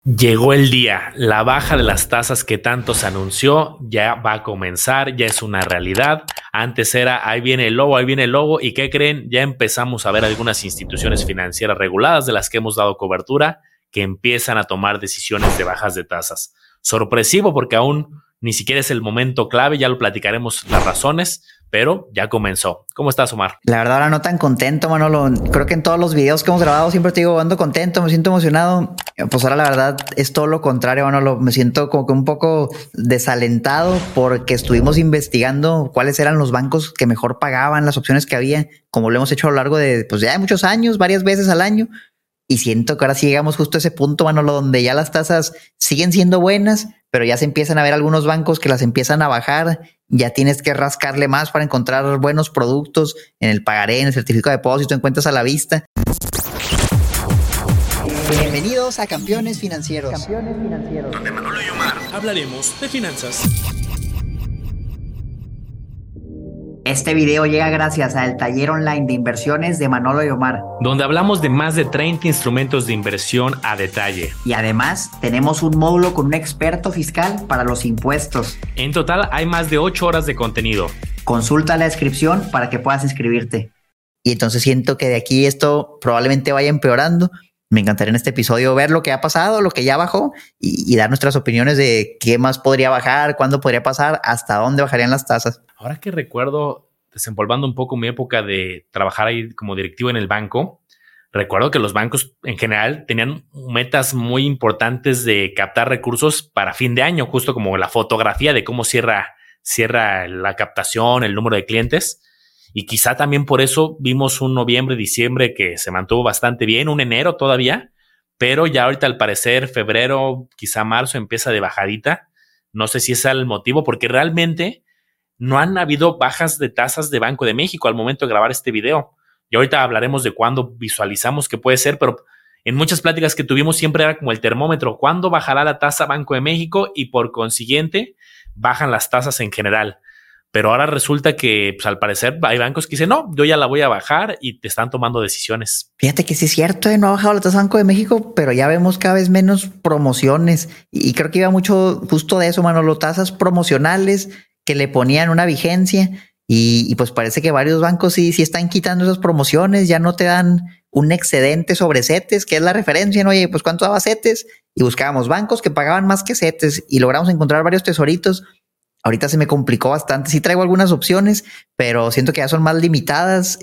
Llegó el día, la baja de las tasas que tanto se anunció ya va a comenzar, ya es una realidad. Antes era, ahí viene el lobo, ¿y qué creen? Ya empezamos a ver algunas instituciones financieras reguladas de las que hemos dado cobertura que empiezan a tomar decisiones de bajas de tasas. Sorpresivo porque aún ni siquiera es el momento clave, ya lo platicaremos las razones, pero ya comenzó. ¿Cómo estás, Omar? La verdad ahora no tan contento, Manolo. Creo que en todos los videos que hemos grabado siempre te digo, ando contento, me siento emocionado. Pues ahora la verdad es todo lo contrario, Manolo. Me siento como que un poco desalentado porque estuvimos investigando cuáles eran los bancos que mejor pagaban, las opciones que había, como lo hemos hecho a lo largo de pues ya de muchos años, varias veces al año. Y siento que ahora sí llegamos justo a ese punto, Manolo, donde ya las tasas siguen siendo buenas, pero ya se empiezan a ver algunos bancos que las empiezan a bajar. Ya tienes que rascarle más para encontrar buenos productos en el pagaré, en el certificado de depósito, en cuentas a la vista. Bienvenidos a Campeones Financieros. Donde Manolo y Omar hablaremos de finanzas. Este video llega gracias al taller online de inversiones de Manolo y Omar, donde hablamos de más de 30 instrumentos de inversión a detalle. Y además tenemos un módulo con un experto fiscal para los impuestos. En total hay más de 8 horas de contenido. Consulta la descripción para que puedas inscribirte. Y entonces siento que de aquí esto probablemente vaya empeorando. Me encantaría en este episodio ver lo que ha pasado, lo que ya bajó y dar nuestras opiniones de qué más podría bajar, cuándo podría pasar, hasta dónde bajarían las tasas. Ahora que recuerdo, desempolvando un poco mi época de trabajar ahí como directivo en el banco, recuerdo que los bancos en general tenían metas muy importantes de captar recursos para fin de año, justo como la fotografía de cómo cierra la captación, el número de clientes. Y quizá también por eso vimos un noviembre, diciembre que se mantuvo bastante bien, un enero todavía, pero ya ahorita al parecer febrero, quizá marzo empieza de bajadita. No sé si ese es el motivo, porque realmente no han habido bajas de tasas de Banco de México al momento de grabar este video. Y ahorita hablaremos de cuándo visualizamos que puede ser, pero en muchas pláticas que tuvimos siempre era como el termómetro, ¿cuándo bajará la tasa Banco de México? Y por consiguiente bajan las tasas en general. Pero ahora resulta que, pues, al parecer hay bancos que dicen, no, yo ya la voy a bajar y te están tomando decisiones. Fíjate que sí es cierto, no ha bajado la tasa Banco de México, pero ya vemos cada vez menos promociones. Y creo que iba mucho justo de eso, Manolo, tasas promocionales que le ponían una vigencia. Y pues parece que varios bancos sí están quitando esas promociones, ya no te dan un excedente sobre CETES, que es la referencia, ¿no? Oye, pues ¿cuánto daba CETES? Y buscábamos bancos que pagaban más que CETES y logramos encontrar varios tesoritos. Ahorita se me complicó bastante. Sí traigo algunas opciones, pero siento que ya son más limitadas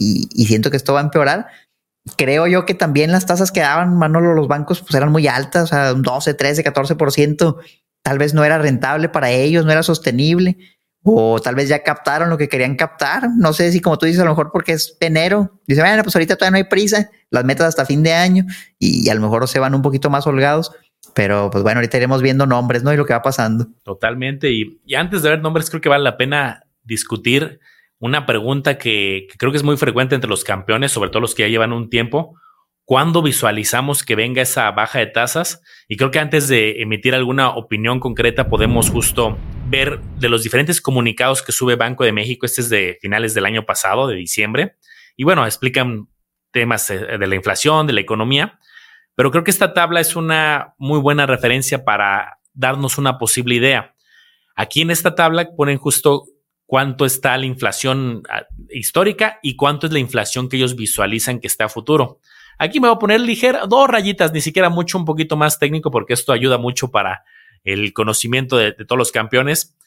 y siento que esto va a empeorar. Creo yo que también las tasas que daban, Manolo, los bancos pues eran muy altas, o sea, un 12, 13, 14%. Tal vez no era rentable para ellos, no era sostenible, o tal vez ya captaron lo que querían captar. No sé si, como tú dices, a lo mejor porque es enero. Dice, bueno, pues ahorita todavía no hay prisa, las metas hasta fin de año y a lo mejor se van un poquito más holgados. Pero pues bueno, ahorita iremos viendo nombres, ¿no? Y lo que va pasando. Totalmente. Y antes de ver nombres, creo que vale la pena discutir una pregunta que creo que es muy frecuente entre los campeones, sobre todo los que ya llevan un tiempo. ¿Cuándo visualizamos que venga esa baja de tasas? Y creo que antes de emitir alguna opinión concreta podemos justo ver de los diferentes comunicados que sube Banco de México. Este es de finales del año pasado, de diciembre. Y bueno, explican temas de la inflación, de la economía. Pero creo que esta tabla es una muy buena referencia para darnos una posible idea. Aquí en esta tabla ponen justo cuánto está la inflación histórica y cuánto es la inflación que ellos visualizan que está a futuro. Aquí me voy a poner ligera, 2 rayitas, ni siquiera mucho, un poquito más técnico, porque esto ayuda mucho para el conocimiento de todos los campeones.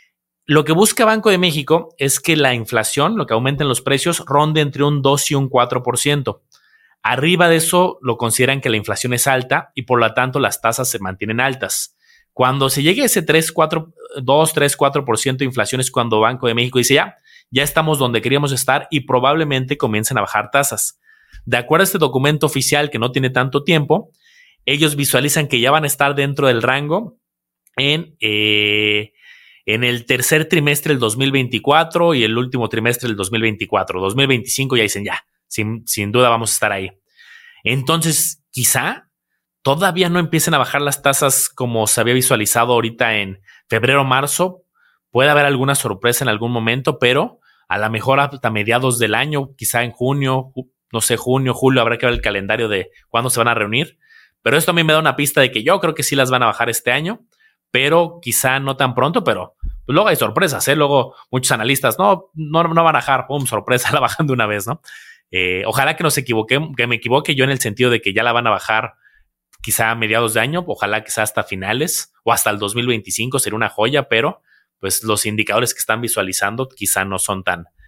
Lo que busca Banco de México es que la inflación, lo que aumenten los precios, ronde entre un 2 y un 4%. Arriba de eso lo consideran que la inflación es alta y por lo tanto las tasas se mantienen altas. Cuando se llegue a ese 2, 3, 4% de inflación es cuando Banco de México dice ya estamos donde queríamos estar y probablemente comiencen a bajar tasas. De acuerdo a este documento oficial que no tiene tanto tiempo, ellos visualizan que ya van a estar dentro del rango en el tercer trimestre del 2024 y el último trimestre del 2024. 2025 ya dicen sin duda vamos a estar ahí. Entonces, quizá todavía no empiecen a bajar las tasas como se había visualizado ahorita en febrero, marzo. Puede haber alguna sorpresa en algún momento, pero a lo mejor hasta mediados del año, quizá en junio, no sé, junio, julio, habrá que ver el calendario de cuándo se van a reunir. Pero esto a mí me da una pista de que yo creo que sí las van a bajar este año, pero quizá no tan pronto, pero pues luego hay sorpresas, ¿eh? Luego muchos analistas, no van a bajar, pum, sorpresa, la bajan de una vez, ¿no? Ojalá que que me equivoque yo en el sentido de que ya la van a bajar quizá a mediados de año, ojalá quizá hasta finales o hasta el 2025 sería una joya, pero pues los indicadores que están visualizando quizá no son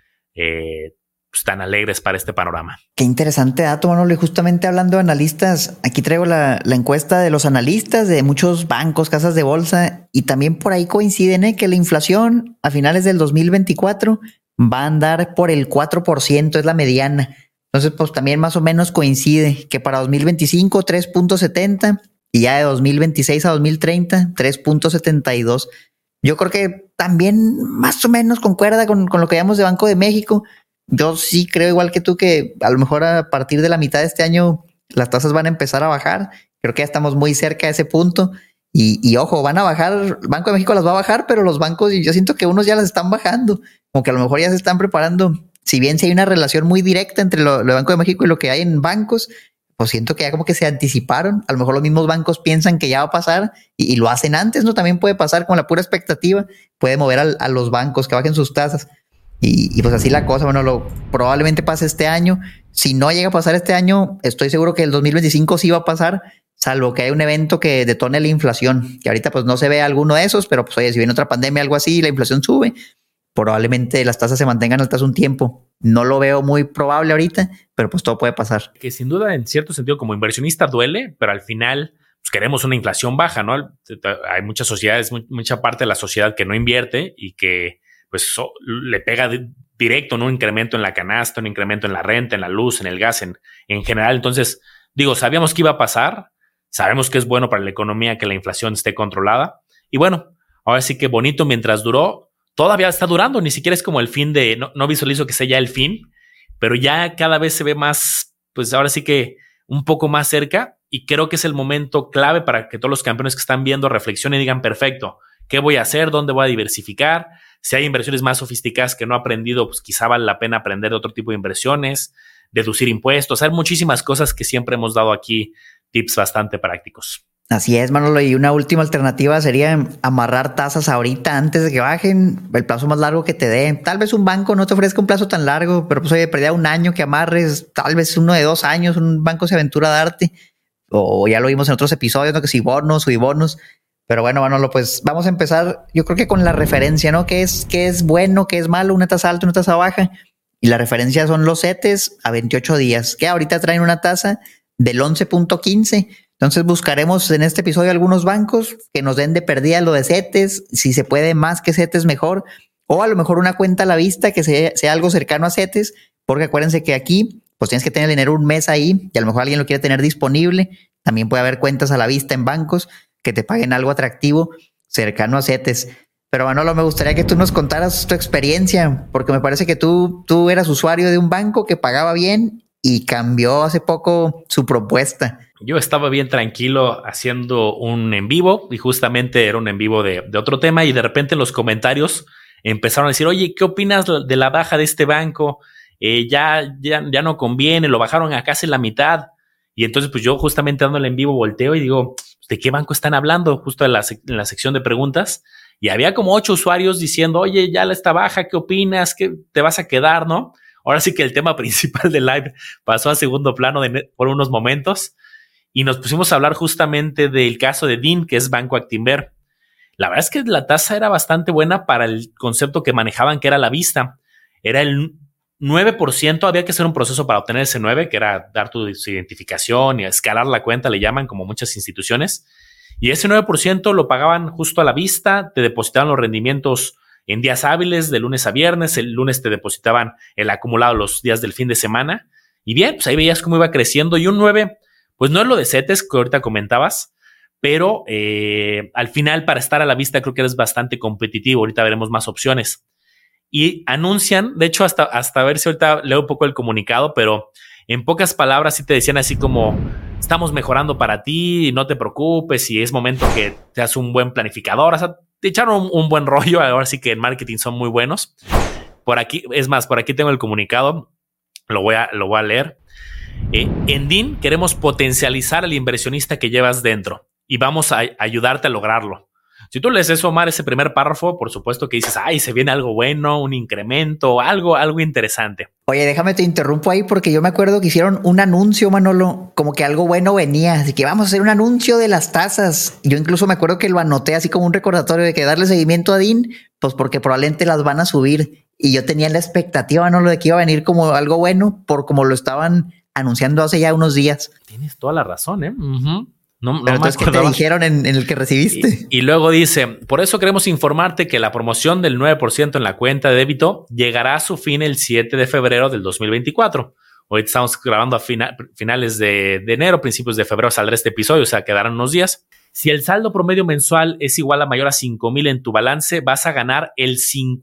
pues tan alegres para este panorama. Qué interesante dato, Manolo. Y justamente hablando de analistas, aquí traigo la encuesta de los analistas de muchos bancos, casas de bolsa, y también por ahí coinciden que la inflación a finales del 2024 va a andar por el 4%, es la mediana. Entonces, pues también más o menos coincide que para 2025 3.70 y ya de 2026 a 2030 3.72. Yo creo que también más o menos concuerda con lo que llamamos de Banco de México. Yo sí creo igual que tú que a lo mejor a partir de la mitad de este año las tasas van a empezar a bajar. Creo que ya estamos muy cerca de ese punto. Y ojo, van a bajar, Banco de México las va a bajar, pero los bancos, yo siento que unos ya las están bajando, como que a lo mejor ya se están preparando. Si bien si hay una relación muy directa entre lo de Banco de México y lo que hay en bancos, pues siento que ya como que se anticiparon. A lo mejor los mismos bancos piensan que ya va a pasar y lo hacen antes, ¿no? También puede pasar con la pura expectativa, puede mover a los bancos que bajen sus tasas. Y pues así la cosa, bueno, probablemente pase este año. Si no llega a pasar este año, estoy seguro que el 2025 sí va a pasar, salvo que haya un evento que detone la inflación, que ahorita pues no se ve alguno de esos, pero pues oye, si viene otra pandemia, algo así, la inflación sube, probablemente las tasas se mantengan altas un tiempo. No lo veo muy probable ahorita, pero pues todo puede pasar. Que sin duda, en cierto sentido, como inversionista duele, pero al final pues queremos una inflación baja, ¿no? Hay muchas sociedades, mucha parte de la sociedad que no invierte y que pues le pega directo, ¿no? Un incremento en la canasta, un incremento en la renta, en la luz, en el gas, en general. Entonces, digo, sabíamos que iba a pasar, sabemos que es bueno para la economía que la inflación esté controlada. Y bueno, ahora sí que bonito mientras duró, todavía está durando, ni siquiera es como el fin no visualizo que sea ya el fin, pero ya cada vez se ve más, pues ahora sí que un poco más cerca, y creo que es el momento clave para que todos los campeones que están viendo reflexionen y digan, perfecto, ¿qué voy a hacer? ¿Dónde voy a diversificar? Si hay inversiones más sofisticadas que no he aprendido, pues quizá vale la pena aprender de otro tipo de inversiones, deducir impuestos. Hay muchísimas cosas que siempre hemos dado aquí, tips bastante prácticos. Así es, Manolo. Y una última alternativa sería amarrar tasas ahorita antes de que bajen, el plazo más largo que te dé. Tal vez un banco no te ofrezca un plazo tan largo, pero pues oye, perdía un año que amarres, tal vez uno de 2 años, un banco se aventura a darte. O ya lo vimos en otros episodios, ¿no? Que si bonos o bonos. Pero bueno, Manolo, pues vamos a empezar, yo creo que con la referencia, ¿no? ¿Qué es bueno, qué es malo, una tasa alta, una tasa baja? Y la referencia son los CETES a 28 días, que ahorita traen una tasa del 11.15. Entonces buscaremos en este episodio algunos bancos que nos den de perdida lo de CETES, si se puede más que CETES mejor, o a lo mejor una cuenta a la vista que sea algo cercano a CETES, porque acuérdense que aquí pues tienes que tener el dinero un mes ahí y a lo mejor alguien lo quiere tener disponible. También puede haber cuentas a la vista en bancos que te paguen algo atractivo cercano a CETES. Pero Manolo, me gustaría que tú nos contaras tu experiencia, porque me parece que tú eras usuario de un banco que pagaba bien y cambió hace poco su propuesta. Yo estaba bien tranquilo haciendo un en vivo y justamente era un en vivo de otro tema y de repente en los comentarios empezaron a decir, oye, ¿qué opinas de la baja de este banco? Ya no conviene, lo bajaron a casi la mitad. Y entonces pues yo justamente dándole en vivo volteo y digo, ¿de qué banco están hablando? Justo en la sección de preguntas. Y había como 8 usuarios diciendo, oye, ya la está baja, ¿qué opinas? ¿Qué te vas a quedar, no? Ahora sí que el tema principal del live pasó a segundo plano por unos momentos y nos pusimos a hablar justamente del caso de DIN, que es Banco Actinver. La verdad es que la tasa era bastante buena para el concepto que manejaban, que era la vista. Era el 9%, había que hacer un proceso para obtener ese 9, que era dar tu identificación y escalar la cuenta, le llaman como muchas instituciones. Y ese 9% lo pagaban justo a la vista, te depositaban los rendimientos en días hábiles, de lunes a viernes, el lunes te depositaban el acumulado los días del fin de semana. Y bien, pues ahí veías cómo iba creciendo. Y un 9, pues no es lo de CETES que ahorita comentabas, pero al final para estar a la vista creo que eres bastante competitivo. Ahorita veremos más opciones. Y anuncian, de hecho hasta ver si ahorita leo un poco el comunicado, pero en pocas palabras sí te decían así como, estamos mejorando para ti, no te preocupes, y es momento que seas un buen planificador. O sea, te echaron un buen rollo, ahora sí que en marketing son muy buenos. Por aquí, es más, por aquí tengo el comunicado, lo voy a leer. En DIN queremos potencializar al inversionista que llevas dentro y vamos a ayudarte a lograrlo. Si tú lees eso, Omar, ese primer párrafo, por supuesto que dices, ay, se viene algo bueno, un incremento, algo interesante. Oye, déjame te interrumpo ahí porque yo me acuerdo que hicieron un anuncio, Manolo, como que algo bueno venía, así que vamos a hacer un anuncio de las tasas. Yo incluso me acuerdo que lo anoté así como un recordatorio de que darle seguimiento a DIN, pues porque probablemente las van a subir. Y yo tenía la expectativa, Manolo, de que iba a venir como algo bueno por como lo estaban anunciando hace ya unos días. Tienes toda la razón, ¿eh? No, pero entonces, ¿qué te dijeron en el que recibiste? Y luego dice, por eso queremos informarte que la promoción del 9% en la cuenta de débito llegará a su fin el 7 de febrero del 2024. Hoy estamos grabando a finales de enero, principios de febrero saldrá este episodio, o sea, quedarán unos días. Si el saldo promedio mensual es igual a mayor a 5,000 en tu balance, vas a ganar el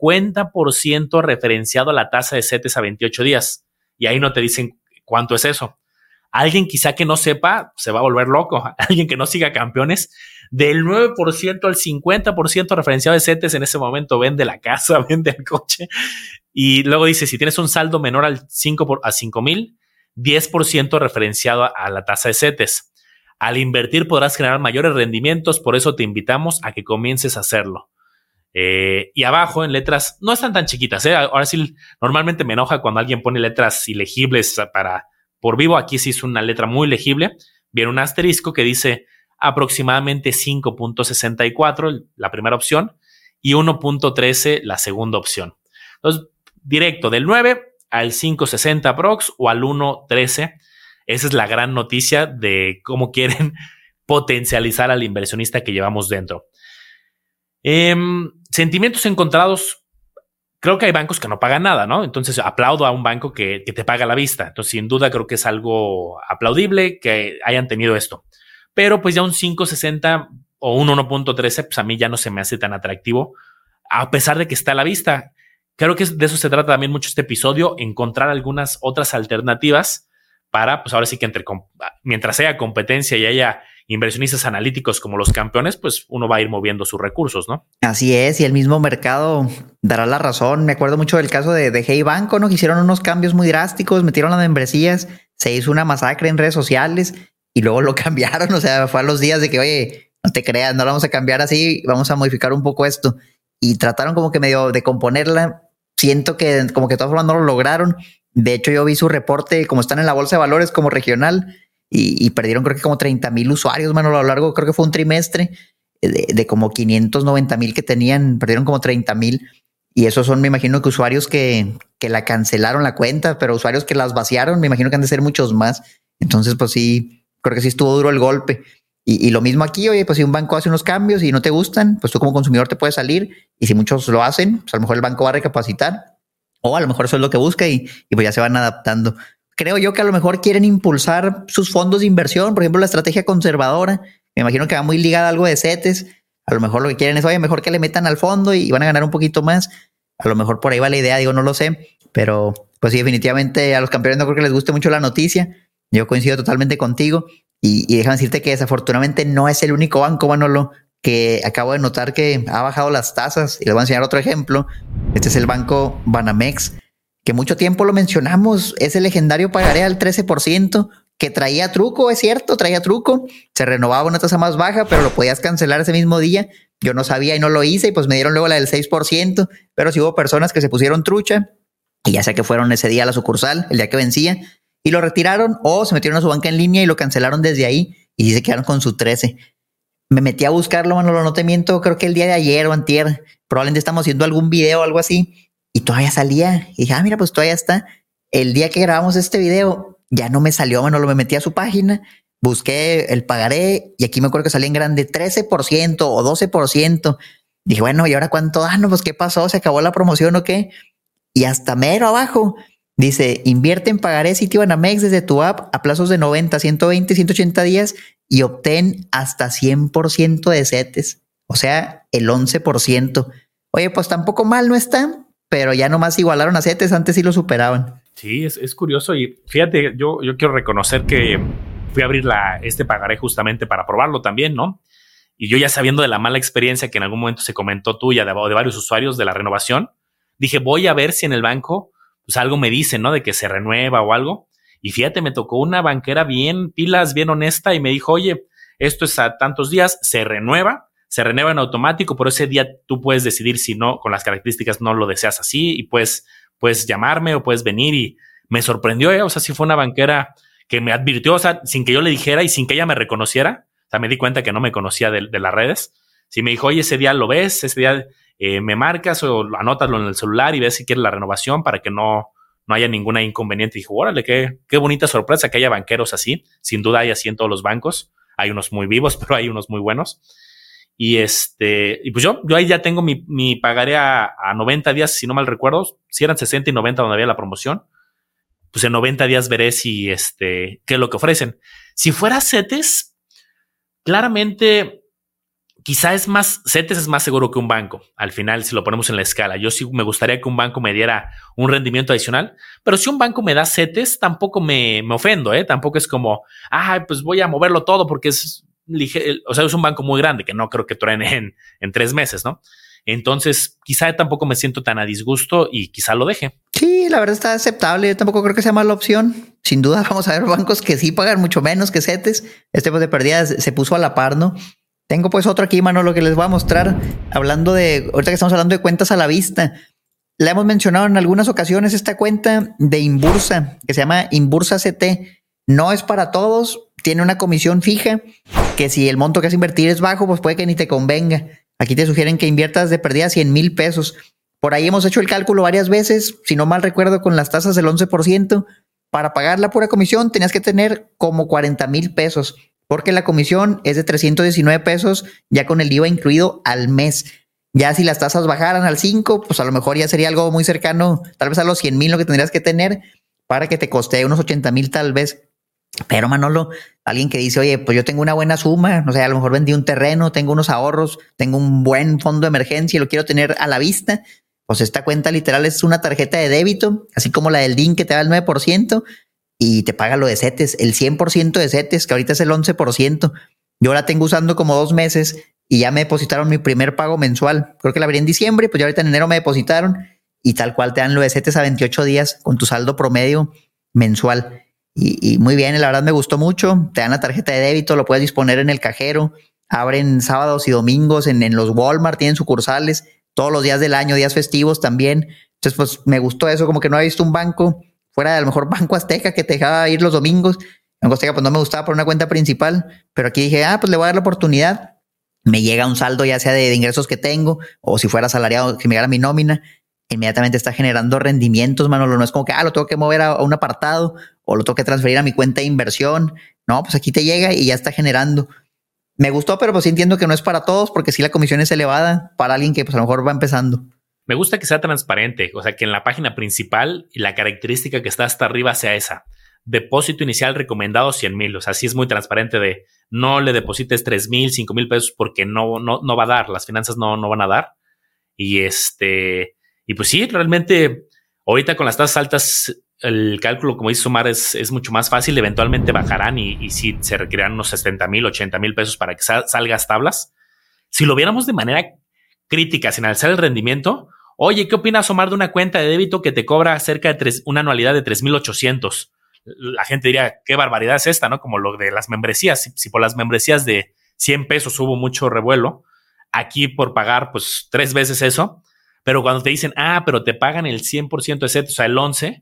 50% referenciado a la tasa de CETES a 28 días. Y ahí no te dicen cuánto es eso. Alguien quizá que no sepa se va a volver loco. Alguien que no siga campeones, del 9% al 50% referenciado de CETES en ese momento vende la casa, vende el coche. Y luego dice, si tienes un saldo menor a 5,000, 10% referenciado a la tasa de CETES. Al invertir podrás generar mayores rendimientos, por eso te invitamos a que comiences a hacerlo. Y abajo en letras, no están tan chiquitas, ahora sí, normalmente me enoja cuando alguien pone letras ilegibles por vivo. Aquí sí es una letra muy legible. Viene un asterisco que dice aproximadamente 5.64, la primera opción, y 1.13, la segunda opción. Entonces, directo del 9 al 5.60 prox o al 1.13. Esa es la gran noticia de cómo quieren potencializar al inversionista que llevamos dentro. Sentimientos encontrados. Creo que hay bancos que no pagan nada, ¿no? Entonces aplaudo a un banco que te paga a la vista. Entonces, sin duda, creo que es algo aplaudible que hayan tenido esto. Pero pues ya un 5.60 o un 1.13, pues a mí ya no se me hace tan atractivo, a pesar de que está a la vista. Creo que de eso se trata también mucho este episodio, encontrar algunas otras alternativas para, pues ahora sí que mientras haya competencia y haya inversionistas analíticos como los campeones, pues uno va a ir moviendo sus recursos, ¿no? Así es, y el mismo mercado dará la razón. Me acuerdo mucho del caso de Hey Banco, ¿no? Que hicieron unos cambios muy drásticos, metieron las membresías, se hizo una masacre en redes sociales y luego lo cambiaron. O sea, fue a los días de que, oye, no te creas, no lo vamos a cambiar así, vamos a modificar un poco esto. Y trataron como que medio de componerla. Siento que como que de todas formas no lo lograron. De hecho, yo vi su reporte, como están en la bolsa de valores como regional, y perdieron creo que como 30,000 usuarios, mano, a lo largo, creo que fue un trimestre de como 590,000 que tenían, perdieron como 30,000. Y esos son, me imagino que usuarios que la cancelaron la cuenta, pero usuarios que las vaciaron, me imagino que han de ser muchos más. Entonces, pues sí, creo que sí estuvo duro el golpe. Y lo mismo aquí, oye, pues si un banco hace unos cambios y no te gustan, pues tú como consumidor te puedes salir. Y si muchos lo hacen, pues a lo mejor el banco va a recapacitar. O a lo mejor eso es lo que busca y pues ya se van adaptando. Creo yo que a lo mejor quieren impulsar sus fondos de inversión, por ejemplo, la estrategia conservadora. Me imagino que va muy ligada a algo de CETES. A lo mejor lo que quieren es, oye, mejor que le metan al fondo y van a ganar un poquito más. A lo mejor por ahí va la idea, digo, no lo sé. Pero pues sí, definitivamente a los campeones no creo que les guste mucho la noticia. Yo coincido totalmente contigo. Y déjame decirte que desafortunadamente no es el único banco, Manolo, que acabo de notar que ha bajado las tasas. Y les voy a enseñar otro ejemplo. Este es el banco Banamex, que mucho tiempo lo mencionamos, ese legendario pagaré al 13%, que traía truco, es cierto, traía truco, se renovaba una tasa más baja, pero lo podías cancelar ese mismo día. Yo no sabía y no lo hice, y pues me dieron luego la del 6%, pero sí hubo personas que se pusieron trucha, y ya sea que fueron ese día a la sucursal, el día que vencía, y lo retiraron, o se metieron a su banca en línea y lo cancelaron desde ahí, y sí se quedaron con su 13%. Me metí a buscarlo, Manolo, no te miento, creo que el día de ayer o antier, probablemente estamos haciendo algún video o algo así, y todavía salía. Y dije, mira, pues todavía está. El día que grabamos este video, ya no me salió, Manolo, me metí a su página, busqué el pagaré, y aquí me acuerdo que salía en grande 13% o 12%. Dije, bueno, ¿y ahora cuánto? No, pues ¿qué pasó? ¿Se acabó la promoción o qué? Y hasta mero abajo dice, invierte en pagaré Citibanamex desde tu app a plazos de 90, 120, 180 días y obtén hasta 100% de CETES. O sea, el 11%. Oye, pues tampoco mal no está, pero ya nomás igualaron a CETES, antes sí lo superaban. Sí, es curioso. Y fíjate, yo quiero reconocer que fui a abrir este pagaré justamente para probarlo también, ¿no? Y yo ya sabiendo de la mala experiencia que en algún momento se comentó tuya de varios usuarios de la renovación, dije, voy a ver si en el banco pues algo me dice, ¿no? De que se renueva o algo. Y fíjate, me tocó una banquera bien pilas, bien honesta y me dijo, oye, esto es a tantos días, se renueva en automático, pero ese día tú puedes decidir si no, con las características no lo deseas así y puedes llamarme o puedes venir y me sorprendió, o sea, sí fue una banquera que me advirtió, o sea, sin que yo le dijera y sin que ella me reconociera, o sea, me di cuenta que no me conocía de las redes, sí me dijo, oye, ese día lo ves, ese día me marcas o anótalo en el celular y ves si quieres la renovación para que no haya ningún inconveniente. Y dije, órale, qué bonita sorpresa que haya banqueros así, sin duda hay así en todos los bancos, hay unos muy vivos, pero hay unos muy buenos. Y pues yo ahí ya tengo mi pagaré a 90 días, si no mal recuerdo, si eran 60 y 90 donde había la promoción, pues en 90 días veré si qué es lo que ofrecen. Si fuera CETES, claramente quizá CETES es más seguro que un banco. Al final, si lo ponemos en la escala, yo sí me gustaría que un banco me diera un rendimiento adicional, pero si un banco me da CETES, tampoco me ofendo, tampoco es como, pues voy a moverlo todo porque es ligero, o sea, es un banco muy grande que no creo que truene en 3 meses, ¿no? Entonces, quizá tampoco me siento tan a disgusto y quizá lo deje. Sí, la verdad está aceptable. Yo tampoco creo que sea mala opción. Sin duda vamos a ver bancos que sí pagan mucho menos que CETES. Pues de perdida se puso a la par, ¿no? Tengo pues otro aquí, Manolo, que les voy a mostrar. Ahorita que estamos hablando de cuentas a la vista. Le hemos mencionado en algunas ocasiones esta cuenta de Inbursa, que se llama Inbursa CT. No es para todos, tiene una comisión fija, que si el monto que vas a invertir es bajo, pues puede que ni te convenga. Aquí te sugieren que inviertas de perdida 100,000 pesos. Por ahí hemos hecho el cálculo varias veces, si no mal recuerdo, con las tasas del 11%. Para pagar la pura comisión tenías que tener como 40,000 pesos, porque la comisión es de 319 pesos, ya con el IVA incluido al mes. Ya si las tasas bajaran al 5, pues a lo mejor ya sería algo muy cercano, tal vez a los 100,000 lo que tendrías que tener para que te coste unos 80,000 tal vez. Pero Manolo, alguien que dice, oye, pues yo tengo una buena suma, no sé, a lo mejor vendí un terreno, tengo unos ahorros, tengo un buen fondo de emergencia y lo quiero tener a la vista, pues esta cuenta literal es una tarjeta de débito, así como la del DIN que te da el 9% y te paga lo de CETES, el 100% de CETES, que ahorita es el 11%. Yo la tengo usando como 2 meses y ya me depositaron mi primer pago mensual. Creo que la abrí en diciembre, pues ya ahorita en enero me depositaron y tal cual te dan lo de CETES a 28 días con tu saldo promedio mensual. Y muy bien, la verdad me gustó mucho. Te dan la tarjeta de débito, lo puedes disponer en el cajero. Abren sábados y domingos en los Walmart, tienen sucursales todos los días del año, días festivos también. Entonces, pues me gustó eso, como que no había visto un banco fuera de a lo mejor Banco Azteca que te dejaba ir los domingos. Banco Azteca pues no me gustaba por una cuenta principal, pero aquí dije, pues le voy a dar la oportunidad. Me llega un saldo ya sea de ingresos que tengo o si fuera asalariado, que me llegara mi nómina. Inmediatamente está generando rendimientos, Manolo. No es como que, lo tengo que mover a un apartado o lo tengo que transferir a mi cuenta de inversión. No, pues aquí te llega y ya está generando. Me gustó, pero pues sí entiendo que no es para todos porque sí la comisión es elevada para alguien que pues a lo mejor va empezando. Me gusta que sea transparente, o sea, que en la página principal y la característica que está hasta arriba sea esa. Depósito inicial recomendado 100,000. O sea, sí es muy transparente de no le deposites 3,000, 5,000 pesos porque no va a dar. Las finanzas no van a dar. Y pues sí, realmente ahorita con las tasas altas el cálculo, como dice Omar, es mucho más fácil. Eventualmente bajarán y sí se requerirán unos 70,000, 80,000 pesos para que salgas tablas. Si lo viéramos de manera crítica, sin alzar el rendimiento, oye, ¿qué opinas, Omar, de una cuenta de débito que te cobra cerca de una anualidad de 3,800? La gente diría, qué barbaridad es esta, ¿no? Como lo de las membresías. Si por las membresías de 100 pesos hubo mucho revuelo, aquí por pagar pues 3 veces eso. Pero cuando te dicen, pero te pagan el 100% de CETES, o sea, el 11%,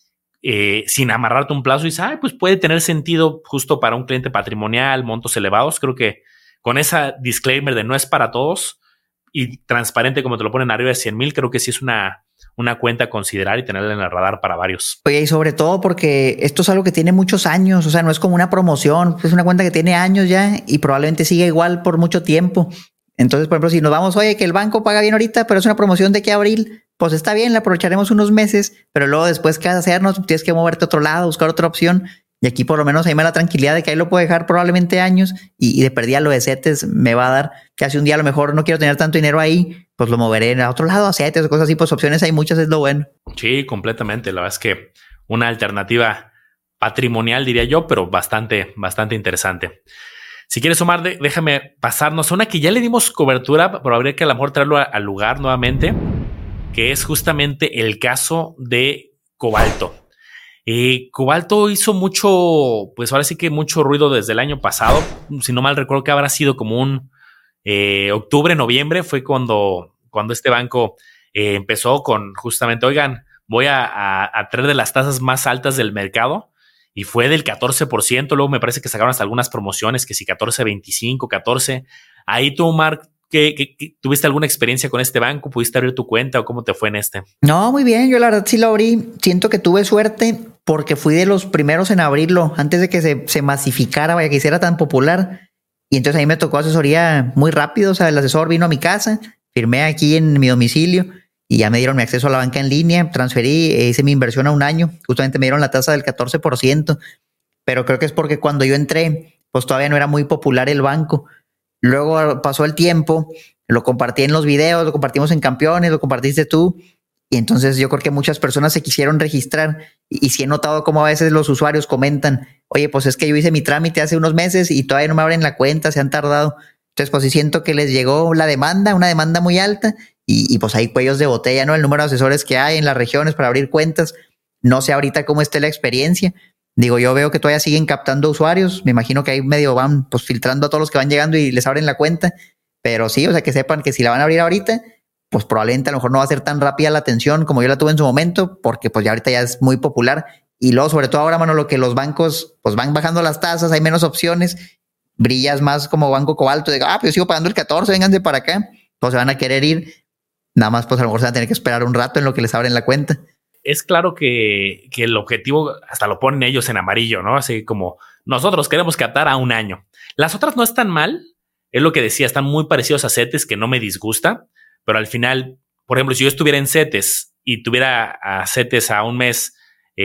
sin amarrarte un plazo, y dices, pues puede tener sentido justo para un cliente patrimonial, montos elevados. Creo que con esa disclaimer de no es para todos y transparente como te lo ponen arriba de 100,000, creo que sí es una cuenta a considerar y tenerla en el radar para varios. Oye, y sobre todo porque esto es algo que tiene muchos años, o sea, no es como una promoción, es una cuenta que tiene años ya y probablemente siga igual por mucho tiempo. Entonces, por ejemplo, si nos vamos, oye, que el banco paga bien ahorita, pero es una promoción de que abril, pues está bien, la aprovecharemos unos meses, pero luego después, ¿qué vas a hacernos? Tienes que moverte a otro lado, buscar otra opción. Y aquí por lo menos ahí me da la tranquilidad de que ahí lo puedo dejar probablemente años y de perdida lo de CETES me va a dar que hace un día a lo mejor no quiero tener tanto dinero ahí, pues lo moveré a otro lado, a CETES o cosas así, pues opciones hay muchas, es lo bueno. Sí, completamente. La verdad es que una alternativa patrimonial, diría yo, pero bastante interesante. Si quieres, Omar, déjame pasarnos a una que ya le dimos cobertura, pero habría que a lo mejor traerlo al lugar nuevamente, que es justamente el caso de Cobalto. Cobalto hizo mucho, pues ahora sí que mucho ruido desde el año pasado. Si no mal recuerdo que habrá sido como un octubre, noviembre, fue cuando este banco empezó con justamente, oigan, voy a traer de las tasas más altas del mercado, y fue del 14%. Luego me parece que sacaron hasta algunas promociones, que si 14, 25, 14. Ahí tú, Mark, ¿que tuviste alguna experiencia con este banco? ¿Pudiste abrir tu cuenta o cómo te fue en este? No, muy bien. Yo la verdad sí lo abrí. Siento que tuve suerte porque fui de los primeros en abrirlo antes de que se masificara, vaya, que hiciera tan popular. Y entonces ahí me tocó asesoría muy rápido. O sea, el asesor vino a mi casa, firmé aquí en mi domicilio y ya me dieron mi acceso a la banca en línea. Transferí, hice mi inversión a un año. Justamente me dieron la tasa del 14%. Pero creo que es porque cuando yo entré, pues todavía no era muy popular el banco. Luego pasó el tiempo, lo compartí en los videos, lo compartimos en Campeones, lo compartiste tú. Y entonces yo creo que muchas personas se quisieron registrar y sí he notado cómo a veces los usuarios comentan, oye, pues es que yo hice mi trámite hace unos meses y todavía no me abren la cuenta, se han tardado. Entonces pues sí siento que les llegó la demanda, una demanda muy alta y pues hay cuellos de botella, ¿no? El número de asesores que hay en las regiones para abrir cuentas. No sé ahorita cómo esté la experiencia. Digo, yo veo que todavía siguen captando usuarios. Me imagino que ahí medio van pues filtrando a todos los que van llegando y les abren la cuenta. Pero sí, o sea, que sepan que si la van a abrir ahorita, pues probablemente a lo mejor no va a ser tan rápida la atención como yo la tuve en su momento, porque pues ya ahorita ya es muy popular. Y luego, sobre todo ahora, mano, lo que los bancos pues van bajando las tasas, hay menos opciones, brillas más como Banco Cobalto, de, pues yo sigo pagando el 14, vénganse para acá, pues se van a querer ir. Nada más, pues a lo mejor se van a tener que esperar un rato en lo que les abren la cuenta. Es claro que el objetivo hasta lo ponen ellos en amarillo, ¿no? Así como nosotros queremos captar a un año. Las otras no están mal, es lo que decía, están muy parecidos a CETES, que no me disgusta, pero al final, por ejemplo, si yo estuviera en CETES y tuviera a CETES a un mes,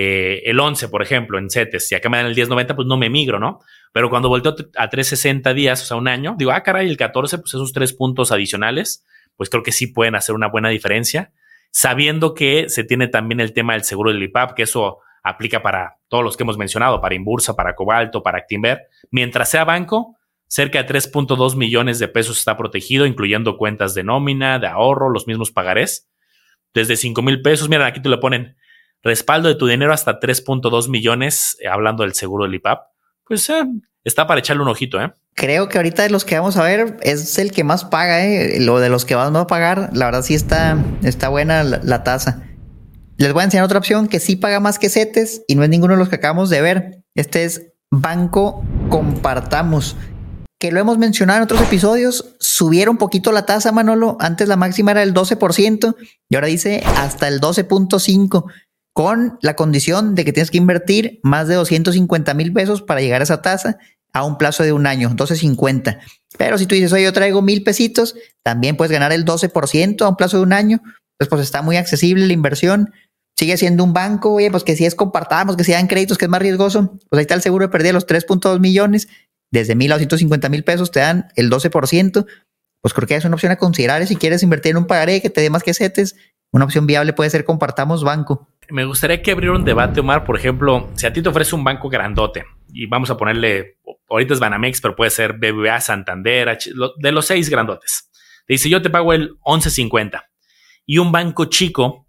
el 11, por ejemplo, en CETES, y acá me dan el 10.90, pues no me migro, ¿no? Pero cuando volteo a 360 días, o sea, un año, digo, caray, el 14, pues esos 3 puntos adicionales, pues creo que sí pueden hacer una buena diferencia, sabiendo que se tiene también el tema del seguro del IPAP, que eso aplica para todos los que hemos mencionado, para Inbursa, para Cobalto, para Actinver. Mientras sea banco, cerca de 3.2 millones de pesos está protegido, incluyendo cuentas de nómina, de ahorro, los mismos pagarés. Desde 5,000 pesos, miren, aquí te lo ponen, respaldo de tu dinero hasta 3.2 millones, hablando del seguro del IPAP. Pues está para echarle un ojito, ¿eh? Creo que ahorita de los que vamos a ver es el que más paga, Lo de los que van a pagar, la verdad sí está buena la tasa. Les voy a enseñar otra opción que sí paga más que CETES y no es ninguno de los que acabamos de ver. Este es Banco Compartamos, que lo hemos mencionado en otros episodios. Subieron un poquito la tasa, Manolo. Antes la máxima era el 12% y ahora dice hasta el 12.5%, con la condición de que tienes que invertir más de 250,000 pesos para llegar a esa tasa a un plazo de un año, 12.50. Pero si tú dices, oye, yo traigo 1,000 pesitos, también puedes ganar el 12% a un plazo de un año. Entonces, pues está muy accesible la inversión. Sigue siendo un banco, oye, pues que si es Compartamos, que si dan créditos, que es más riesgoso, pues ahí está el seguro de pérdida de los 3.2 millones. Desde 1,000 a 250,000 pesos te dan el 12%. Pues creo que es una opción a considerar. Si quieres invertir en un pagaré que te dé más que CETES, una opción viable puede ser Compartamos Banco. Me gustaría que abriera un debate, Omar. Por ejemplo, si a ti te ofrece un banco grandote, y vamos a ponerle, ahorita es Banamex, pero puede ser BBVA, Santander, de los 6 grandotes. Te dice, yo te pago el 11.50. Y un banco chico,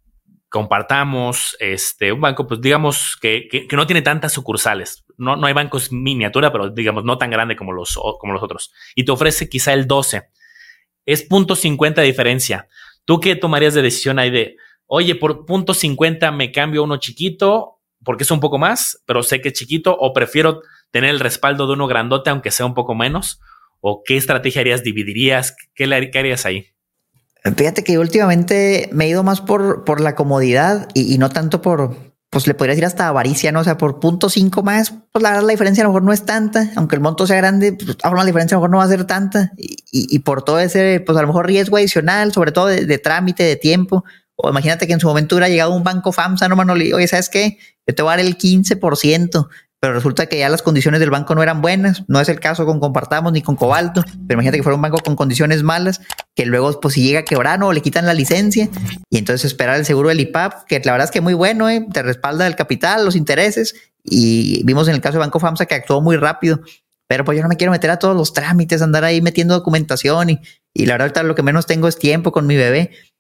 Compartamos, un banco, pues digamos que no tiene tantas sucursales. No hay bancos miniatura, pero digamos no tan grande como los otros. Y te ofrece quizá el 12. Es 0.50 de diferencia. ¿Tú qué tomarías de decisión ahí de, oye, por 0.50 me cambio a uno chiquito porque es un poco más, pero sé que es chiquito, o prefiero tener el respaldo de uno grandote aunque sea un poco menos? ¿O qué estrategia harías? ¿Dividirías? ¿Qué harías ahí? Fíjate que últimamente me he ido más por la comodidad y no tanto por, pues le podría decir hasta avaricia, ¿no? O sea, por 0.5 más, pues la verdad la diferencia a lo mejor no es tanta, aunque el monto sea grande, pues ahora la diferencia a lo mejor no va a ser tanta y por todo ese, pues a lo mejor riesgo adicional, sobre todo de trámite, de tiempo. O imagínate que en su momento hubiera llegado un banco FAMSA, no, Manoli, oye, ¿sabes qué? Yo te voy a dar el 15%, pero resulta que ya las condiciones del banco no eran buenas. No es el caso con Compartamos ni con Cobalto, pero imagínate que fuera un banco con condiciones malas, que luego pues si llega a quebrar, ¿no? Le quitan la licencia y entonces esperar el seguro del IPAP, que la verdad es que es muy bueno, te respalda el capital, los intereses, y vimos en el caso de Banco FAMSA que actuó muy rápido. Pero pues yo no me quiero meter a todos los trámites, andar ahí metiendo documentación y la verdad ahorita lo que menos tengo es tiempo con mi bebé.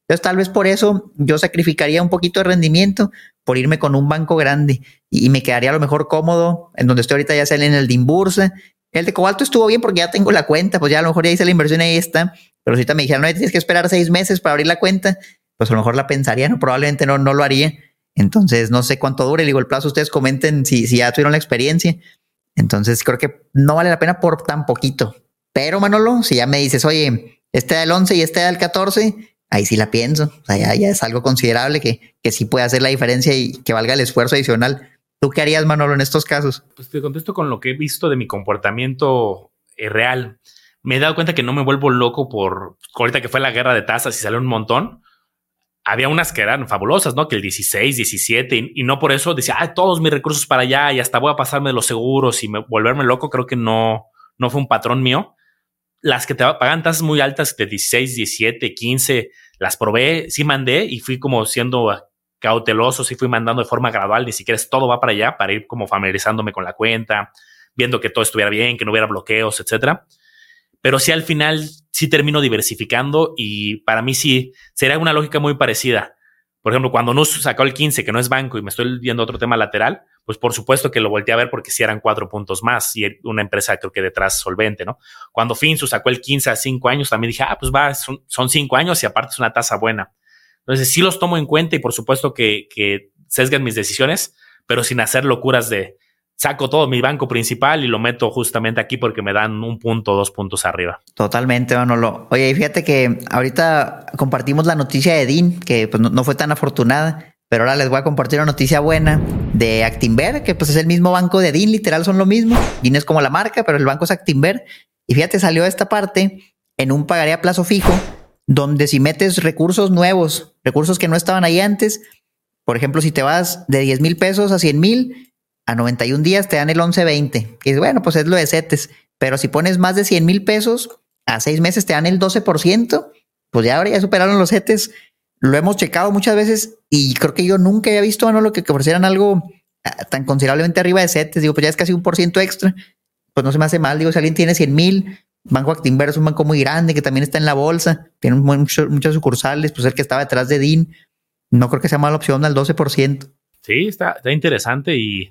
Entonces, tal vez por eso yo sacrificaría un poquito de rendimiento por irme con un banco grande y me quedaría a lo mejor cómodo en donde estoy ahorita, ya sea en el de Inbursa. El de Cobalto estuvo bien porque ya tengo la cuenta, pues ya a lo mejor ya hice la inversión y ahí está. Pero si ahorita me dijeron, no, tienes que esperar 6 meses para abrir la cuenta, pues a lo mejor la pensaría, no, probablemente no lo haría. Entonces, no sé cuánto dure. Digo, el plazo, ustedes comenten si ya tuvieron la experiencia. Entonces, creo que no vale la pena por tan poquito. Pero, Manolo, si ya me dices, oye, este da el 11 y este da el 14, ahí sí la pienso. O sea, ya es algo considerable que sí puede hacer la diferencia y que valga el esfuerzo adicional. ¿Tú qué harías, Manolo, en estos casos? Pues te contesto con lo que he visto de mi comportamiento real. Me he dado cuenta que no me vuelvo loco por ahorita que fue la guerra de tasas y salió un montón. Había unas que eran fabulosas, ¿no? Que el 16, 17, y no por eso decía, todos mis recursos para allá y hasta voy a pasarme de los seguros y volverme loco. Creo que no fue un patrón mío. Las que te pagan tasas muy altas de 16, 17, 15, las probé, sí mandé y fui como siendo cauteloso, sí fui mandando de forma gradual, ni siquiera es todo va para allá, para ir como familiarizándome con la cuenta, viendo que todo estuviera bien, que no hubiera bloqueos, etcétera. Pero sí, al final sí termino diversificando y para mí sí sería una lógica muy parecida. Por ejemplo, cuando NUS sacó el 15, que no es banco, y me estoy viendo otro tema lateral, pues por supuesto que lo volteé a ver porque sí eran 4 puntos más y una empresa creo que detrás solvente, ¿no? Cuando Finsu sacó el 15 a 5 años, también dije, pues va, son 5 años y aparte es una tasa buena. Entonces sí los tomo en cuenta y por supuesto que sesgan mis decisiones, pero sin hacer locuras de saco todo mi banco principal y lo meto justamente aquí porque me dan 1 punto, 2 puntos arriba. Totalmente, Manolo. Oye, fíjate que ahorita compartimos la noticia de Dean, que pues no fue tan afortunada, pero ahora les voy a compartir una noticia buena de Actinver, que pues es el mismo banco de Dean, literal son lo mismo. Dean es como la marca, pero el banco es Actinver. Y fíjate, salió esta parte en un pagaré a plazo fijo, donde si metes recursos nuevos, recursos que no estaban ahí antes, por ejemplo, si te vas de 10,000 pesos a 100,000, a 91 días te dan el 11.20, que es bueno, pues es lo de CETES. Pero si pones más de 100,000 pesos, a 6 meses te dan el 12%, pues ya ahora ya superaron los CETES. Lo hemos checado muchas veces y creo que yo nunca había visto, ¿no? Lo que ofrecieran algo tan considerablemente arriba de CETES. Digo, pues ya es casi 1% extra. Pues no se me hace mal. Digo, si alguien tiene 100,000, Banco Actinver es un banco muy grande que también está en la bolsa, tiene muchas sucursales, pues el que estaba detrás de Dean, no creo que sea mala opción al 12%. Sí, está interesante y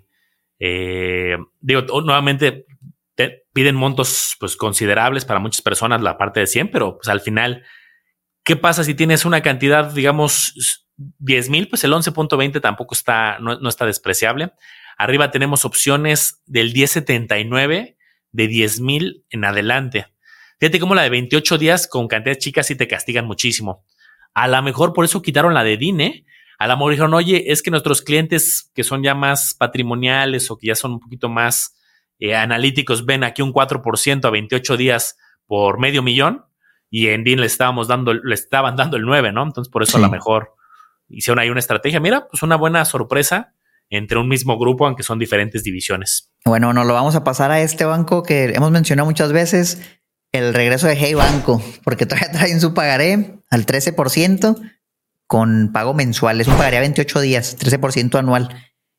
digo, nuevamente te piden montos pues considerables para muchas personas la parte de 100, pero pues al final, ¿qué pasa si tienes una cantidad, digamos, 10,000? Pues el 11.20 tampoco no está despreciable. Arriba tenemos opciones del 10.79 de 10,000 en adelante. Fíjate cómo la de 28 días con cantidades chicas sí te castigan muchísimo. A lo mejor por eso quitaron la de DIN, A lo mejor dijeron, oye, es que nuestros clientes que son ya más patrimoniales o que ya son un poquito más analíticos ven aquí un 4% a 28 días por $500,000 y en DIN le estaban dando el 9, ¿no? Entonces por eso sí, a lo mejor hicieron ahí una estrategia. Mira, pues una buena sorpresa entre un mismo grupo, aunque son diferentes divisiones. Bueno, nos lo vamos a pasar a este banco que hemos mencionado muchas veces, el regreso de Hey Banco, porque todavía traen su pagaré al 13% con pago mensual. Es un pagaré a 28 días, 13% anual.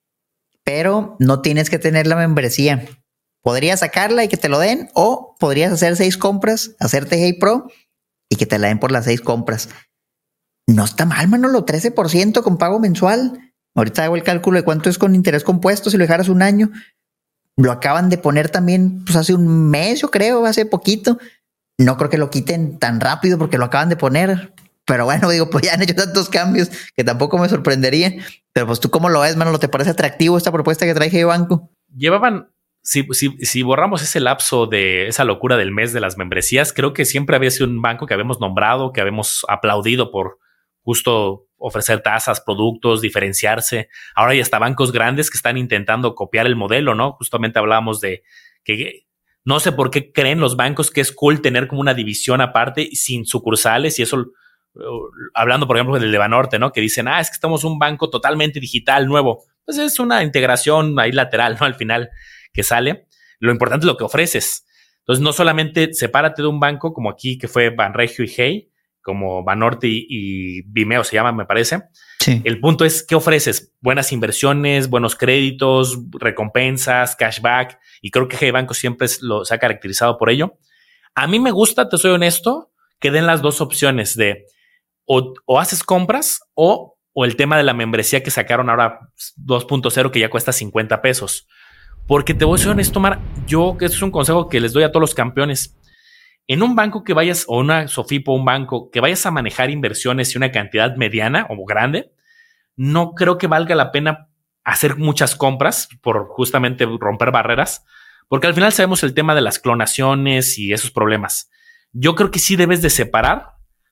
Pero no tienes que tener la membresía. Podrías sacarla y que te lo den, o podrías hacer 6 compras, hacerte Hey Pro y que te la den por las 6 compras. No está mal, Manolo, 13% con pago mensual. Ahorita hago el cálculo de cuánto es con interés compuesto si lo dejaras un año. Lo acaban de poner también pues hace un mes, yo creo, hace poquito. No creo que lo quiten tan rápido porque lo acaban de poner. Pero bueno, digo, pues ya han hecho tantos cambios que tampoco me sorprendería. Pero pues tú, ¿cómo lo ves, Manolo? ¿Te parece atractivo esta propuesta que trae Banco? Llevaban, si borramos ese lapso de esa locura del mes de las membresías, creo que siempre había sido un banco que habíamos nombrado, que habíamos aplaudido por justo ofrecer tasas, productos, diferenciarse. Ahora hay hasta bancos grandes que están intentando copiar el modelo, ¿no? Justamente hablábamos de que no sé por qué creen los bancos que es cool tener como una división aparte sin sucursales, y eso, hablando por ejemplo del de Banorte, ¿no? Que dicen, es que estamos un banco totalmente digital, nuevo. Pues es una integración ahí lateral, ¿no? Al final que sale. Lo importante es lo que ofreces. Entonces no solamente sepárate de un banco como aquí que fue Banregio y Hey, como Banorte y Vimeo se llama, me parece. Sí. El punto es, ¿qué ofreces? Buenas inversiones, buenos créditos, recompensas, cashback, y creo que Hey Banco siempre se ha caracterizado por ello. A mí me gusta, te soy honesto, que den las dos opciones de o haces compras o el tema de la membresía que sacaron ahora 2.0 que ya cuesta 50 pesos. Porque te voy a ser honesto, Mar, yo que esto es un consejo que les doy a todos los campeones. En un banco que vayas, o una Sofipo, un banco, que vayas a manejar inversiones y una cantidad mediana o grande, no creo que valga la pena hacer muchas compras por justamente romper barreras, porque al final sabemos el tema de las clonaciones y esos problemas. Yo creo que sí debes de separar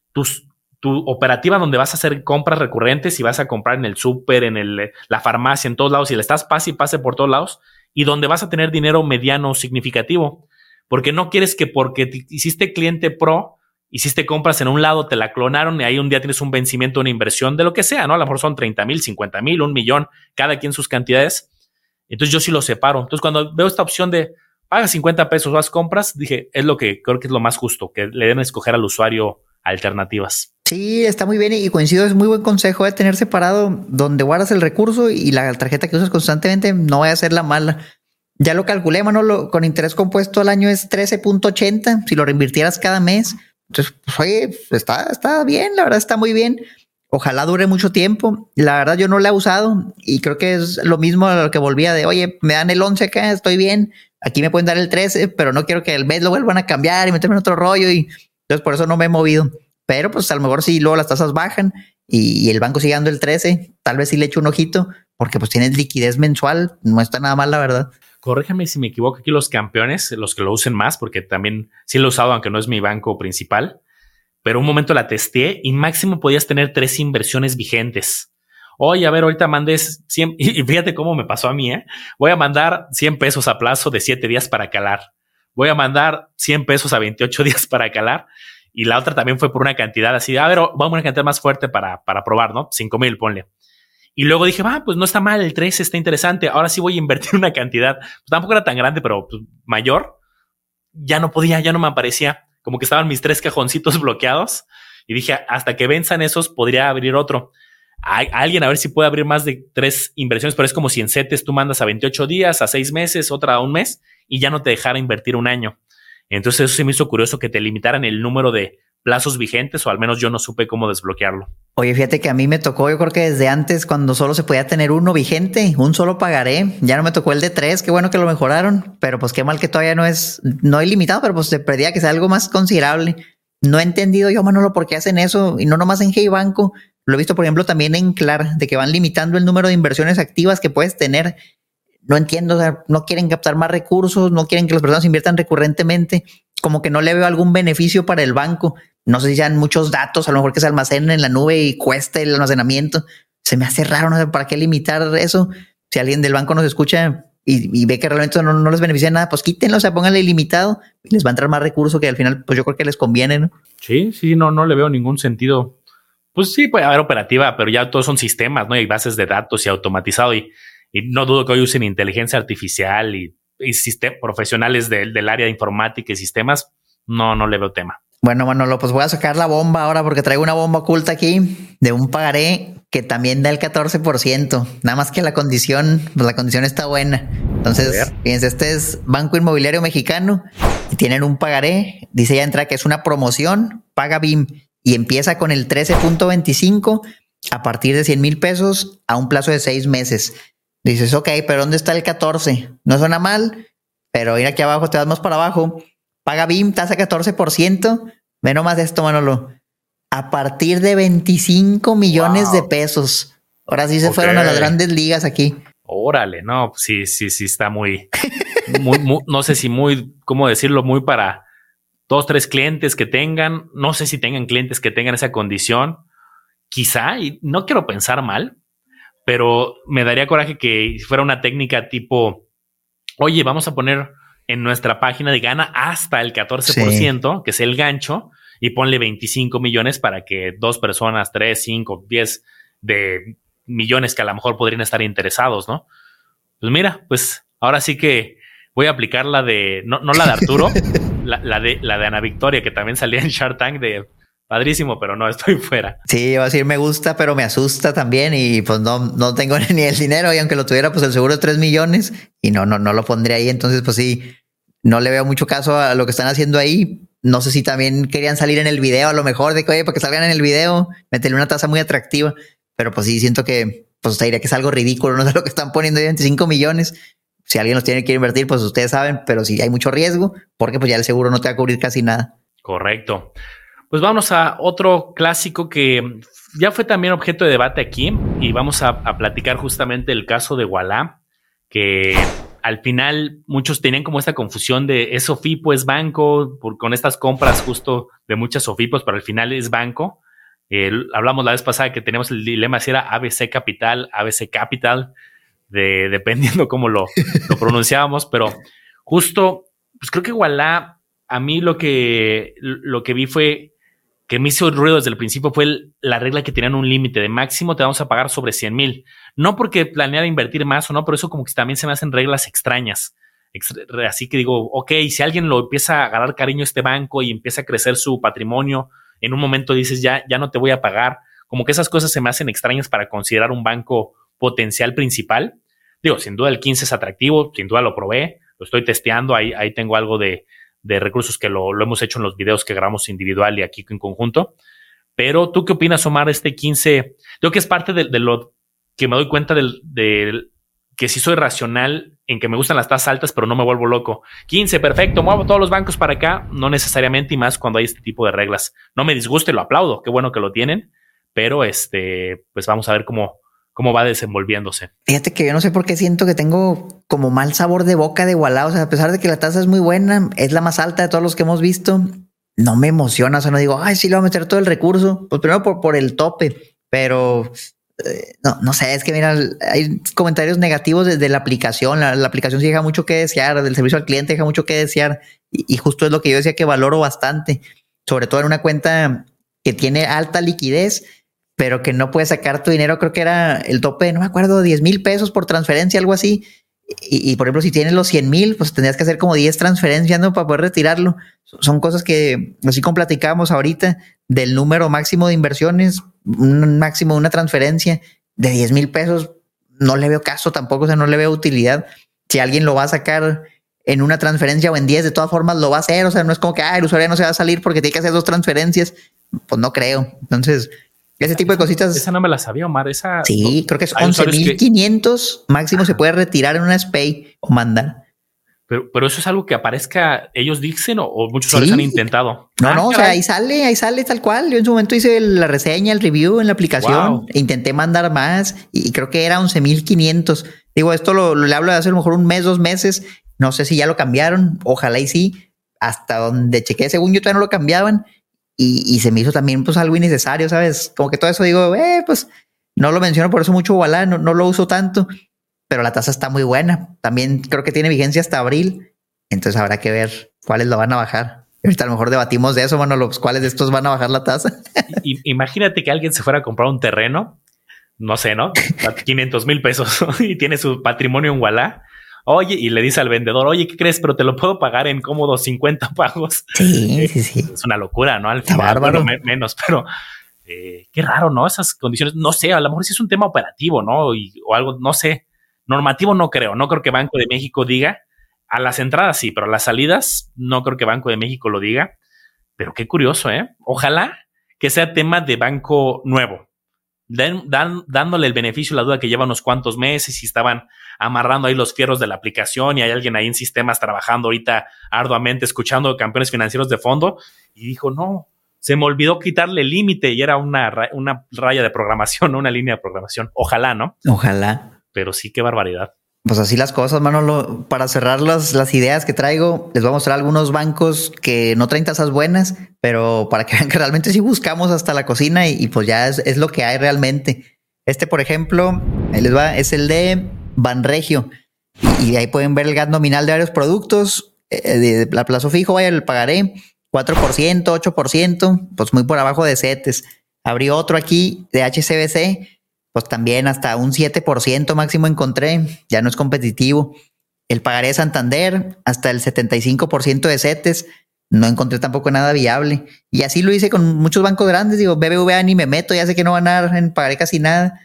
tu operativa donde vas a hacer compras recurrentes y vas a comprar en el súper, en la farmacia, en todos lados, y le estás pase y pase por todos lados, y donde vas a tener dinero mediano significativo. Porque no quieres que porque te hiciste cliente pro, hiciste compras en un lado, te la clonaron y ahí un día tienes un vencimiento, una inversión de lo que sea, ¿no? A lo mejor son 30,000, 50,000, 1,000,000, cada quien sus cantidades. Entonces yo sí lo separo. Entonces cuando veo esta opción de paga 50 pesos, vas compras, dije, es lo que creo que es lo más justo, que le den a escoger al usuario alternativas. Sí, está muy bien y coincido, es muy buen consejo de tener separado donde guardas el recurso y la tarjeta que usas constantemente no vaya a ser la mala. Ya lo calculé, Manolo, con interés compuesto al año es 13.80, si lo reinvirtieras cada mes. Entonces, pues, oye, está bien, la verdad está muy bien. Ojalá dure mucho tiempo. La verdad yo no la he usado y creo que es lo mismo a lo que volvía de, oye, me dan el 11 acá, estoy bien. Aquí me pueden dar el 13, pero no quiero que el mes lo vuelvan a cambiar y meterme en otro rollo y entonces por eso no me he movido. Pero pues a lo mejor si luego las tasas bajan y el banco sigue dando el 13, tal vez sí le echo un ojito porque pues tienes liquidez mensual, no está nada mal la verdad. Corrígeme si me equivoco, aquí los campeones, los que lo usen más, porque también sí lo he usado, aunque no es mi banco principal, pero un momento la testé y máximo podías tener 3 inversiones vigentes. Oye, a ver, ahorita mandes 100, y fíjate cómo me pasó a mí, voy a mandar 100 pesos a plazo de 7 días para calar. Voy a mandar 100 pesos a 28 días para calar. Y la otra también fue por una cantidad así, a ver, vamos a una cantidad más fuerte para probar, ¿no? 5,000, ponle. Y luego dije, pues no está mal, el 13 está interesante. Ahora sí voy a invertir una cantidad. Pues tampoco era tan grande, pero pues, mayor. Ya no podía, ya no me aparecía. Como que estaban mis 3 cajoncitos bloqueados. Y dije, hasta que venzan esos, podría abrir otro. Alguien a ver si puede abrir más de 3 inversiones, pero es como si en CETES tú mandas a 28 días, a 6 meses, otra a un mes, y ya no te dejara invertir un año. Entonces eso se me hizo curioso que te limitaran el número de plazos vigentes, o al menos yo no supe cómo desbloquearlo. Oye, fíjate que a mí me tocó, yo creo que desde antes, cuando solo se podía tener uno vigente, un solo pagaré. Ya no me tocó el de 3, qué bueno que lo mejoraron, pero pues qué mal que todavía no ilimitado, pero pues se perdía que sea algo más considerable. No he entendido yo, Manolo, por qué hacen eso, y no nomás en Hey Banco. Lo he visto, por ejemplo, también en Clar, de que van limitando el número de inversiones activas que puedes tener. No entiendo, o sea, no quieren captar más recursos, no quieren que las personas inviertan recurrentemente, como que no le veo algún beneficio para el banco. No sé si sean muchos datos, a lo mejor que se almacenen en la nube y cueste el almacenamiento. Se me hace raro, no sé para qué limitar eso. Si alguien del banco nos escucha y ve que realmente no les beneficia nada, pues quítenlo, o sea, pónganle ilimitado y les va a entrar más recursos que al final, pues yo creo que les conviene, ¿no? Sí, no le veo ningún sentido. Pues sí, puede haber operativa, pero ya todos son sistemas, ¿no? Y bases de datos y automatizado y no dudo que hoy usen inteligencia artificial y profesionales del área de informática y sistemas. No le veo tema. Bueno, Manolo, pues voy a sacar la bomba ahora porque traigo una bomba oculta aquí de un pagaré que también da el 14%. Nada más que la condición está buena. Entonces, fíjense, este es Banco Inmobiliario Mexicano y tienen un pagaré. Dice ya entra que es una promoción, paga BIM y empieza con el 13.25 a partir de 100,000 pesos a un plazo de 6 meses. Dices, ok, pero ¿dónde está el 14? No suena mal, pero ir aquí abajo, te vas más para abajo. Paga BIM, tasa 14%. Ve nomás esto, Manolo. A partir de 25 millones de pesos. Ahora sí se fueron a las grandes ligas aquí. Órale, no, sí, está muy, no sé si muy, ¿cómo decirlo? Muy para 2, 3 clientes que tengan. No sé si tengan clientes que tengan esa condición. Quizá, y no quiero pensar mal, pero me daría coraje que fuera una técnica tipo, oye, vamos a poner en nuestra página de gana hasta el 14%, que es el gancho, y ponle 25 millones para que 2 personas, 3, 5, 10 de millones que a lo mejor podrían estar interesados, ¿no? Pues mira, pues ahora sí que voy a aplicar la de, no la de Arturo, la de Ana Victoria, que también salía en Shark Tank de padrísimo, pero no, estoy fuera. Sí, iba a decir me gusta, pero me asusta también y pues no tengo ni el dinero y aunque lo tuviera, pues el seguro de 3 millones y no lo pondría ahí. Entonces, pues sí, no le veo mucho caso a lo que están haciendo ahí. No sé si también querían salir en el video, a lo mejor, de que, oye, para que salgan en el video, meterle una tasa muy atractiva. Pero pues sí, siento que, pues te diría que es algo ridículo, no sé lo que están poniendo de 25 millones. Si alguien los tiene que invertir, pues ustedes saben, pero sí hay mucho riesgo, porque pues ya el seguro no te va a cubrir casi nada. Correcto. Pues vamos a otro clásico que ya fue también objeto de debate aquí, y vamos a platicar justamente el caso de Ualá, que al final muchos tenían como esta confusión de es Sofipo, es banco, con estas compras justo de muchas Sofipos, pero al final es banco. Hablamos la vez pasada que teníamos el dilema si era ABC Capital, ABC Capital, dependiendo cómo lo pronunciábamos, pero justo, pues creo que Ualá, a mí lo que vi fue que me hizo ruido desde el principio fue la regla que tenían un límite de máximo te vamos a pagar sobre 100,000. No porque planeara invertir más o no, pero eso como que también se me hacen reglas extrañas. Así que digo, ok, si alguien lo empieza a agarrar cariño a este banco y empieza a crecer su patrimonio, en un momento dices ya no te voy a pagar. Como que esas cosas se me hacen extrañas para considerar un banco potencial principal. Digo, sin duda el 15 es atractivo, sin duda lo probé, lo estoy testeando, ahí tengo algo de recursos que lo hemos hecho en los videos que grabamos individual y aquí en conjunto. Pero ¿tú qué opinas, Omar? Este 15, creo que es parte de lo que me doy cuenta del que sí soy racional en que me gustan las tasas altas, pero no me vuelvo loco. 15, perfecto, muevo todos los bancos para acá, no necesariamente, y más cuando hay este tipo de reglas. No me disgusta y lo aplaudo, qué bueno que lo tienen, pero pues vamos a ver cómo va desenvolviéndose. Fíjate que yo no sé por qué siento que tengo como mal sabor de boca de Ualá. O sea, a pesar de que la tasa es muy buena, es la más alta de todos los que hemos visto, no me emociona. O sea, no digo, ay, sí le voy a meter todo el recurso. Pues primero por el tope, pero no sé, es que mira, hay comentarios negativos desde la aplicación. La aplicación sí deja mucho que desear, del servicio al cliente deja mucho que desear. Y justo es lo que yo decía que valoro bastante, sobre todo en una cuenta que tiene alta liquidez, pero que no puedes sacar tu dinero. Creo que era el tope, no me acuerdo, 10,000 pesos por transferencia, algo así. Y por ejemplo, si tienes los 100,000, pues tendrías que hacer como 10 transferencias, ¿no? Para poder retirarlo. Son cosas que, así como platicábamos ahorita, del número máximo de inversiones, un máximo de una transferencia de 10,000 pesos, no le veo caso tampoco, o sea, no le veo utilidad. Si alguien lo va a sacar en una transferencia o en 10, de todas formas lo va a hacer. O sea, no es como que el usuario no se va a salir porque tiene que hacer 2 transferencias. Pues no creo. Entonces, ese tipo de cositas. Esa no me la sabía, Omar. Sí, creo que es 11,500 máximo. Se puede retirar en una SPAY o mandar. Pero eso es algo que aparezca, ellos dicen o muchos usuarios han intentado. No, o sea, ahí sale tal cual. Yo en su momento hice la reseña, el review en la aplicación. E intenté mandar más y creo que era 11,500. Digo, esto le hablo de hace a lo mejor un mes, 2 meses. No sé si ya lo cambiaron. Ojalá y sí. Hasta donde chequé, según yo, todavía no lo cambiaban. Y se me hizo también pues algo innecesario, ¿sabes? Como que todo eso digo, pues no lo menciono por eso mucho, Ualá, no lo uso tanto, pero la tasa está muy buena. También creo que tiene vigencia hasta abril, entonces habrá que ver cuáles lo van a bajar. Ahorita a lo mejor debatimos de eso, los cuáles de estos van a bajar la tasa. Imagínate que alguien se fuera a comprar un terreno, no sé, ¿no? 500,000 pesos y tiene su patrimonio en Ualá. Oye, y le dice al vendedor, oye, ¿qué crees? Pero te lo puedo pagar en cómodos 50 pagos. Sí. Es una locura, ¿no? Al final, bueno, menos, pero qué raro, ¿no? Esas condiciones, no sé, a lo mejor sí es un tema operativo, ¿no? O algo, no sé. Normativo no creo que Banco de México diga. A las entradas sí, pero a las salidas no creo que Banco de México lo diga. Pero qué curioso, ¿eh? Ojalá que sea tema de banco nuevo. Dándole el beneficio, la duda que lleva unos cuantos meses y estaban amarrando ahí los fierros de la aplicación y hay alguien ahí en sistemas trabajando ahorita arduamente escuchando campeones financieros de fondo y dijo, no, se me olvidó quitarle el límite y era una raya de programación, ¿no? Una línea de programación. Ojalá, ¿no? Ojalá. Pero sí, qué barbaridad. Pues así las cosas, Manolo. Para cerrar las ideas que traigo, les voy a mostrar algunos bancos que no traen tasas buenas, pero para que vean que realmente sí buscamos hasta la cocina y pues ya es lo que hay realmente. Por ejemplo, ahí les va, es el de Banregio. Y ahí pueden ver el GAT nominal de varios productos. De plazo fijo, vaya, el pagaré 4%, 8%, pues muy por abajo de CETES. Abrí otro aquí de HSBC. Pues también hasta un 7% máximo encontré, ya no es competitivo. El pagaré de Santander, hasta el 75% de CETES, no encontré tampoco nada viable. Y así lo hice con muchos bancos grandes, digo, BBVA ni me meto, ya sé que no van a dar en pagaré casi nada.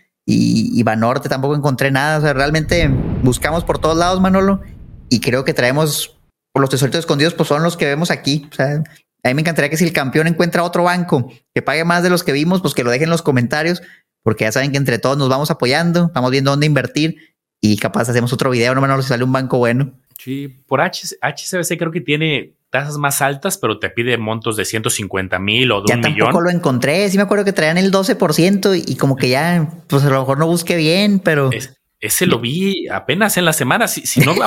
Y Banorte tampoco encontré nada, o sea, realmente buscamos por todos lados, Manolo, y creo que traemos, por los tesoritos escondidos, pues son los que vemos aquí. O sea, A mí me encantaría que si el campeón encuentra otro banco que pague más de los que vimos, pues que lo dejen en los comentarios, porque ya saben que entre todos nos vamos apoyando, vamos viendo dónde invertir y capaz hacemos otro video, no menos si sale un banco bueno. Sí, por HSBC creo que tiene tasas más altas, pero te pide montos de 150,000 o de ya un millón. Ya tampoco lo encontré, sí me acuerdo que traían el 12% y como que ya, pues a lo mejor no busqué bien, pero... Ese lo vi apenas en la semana, si no...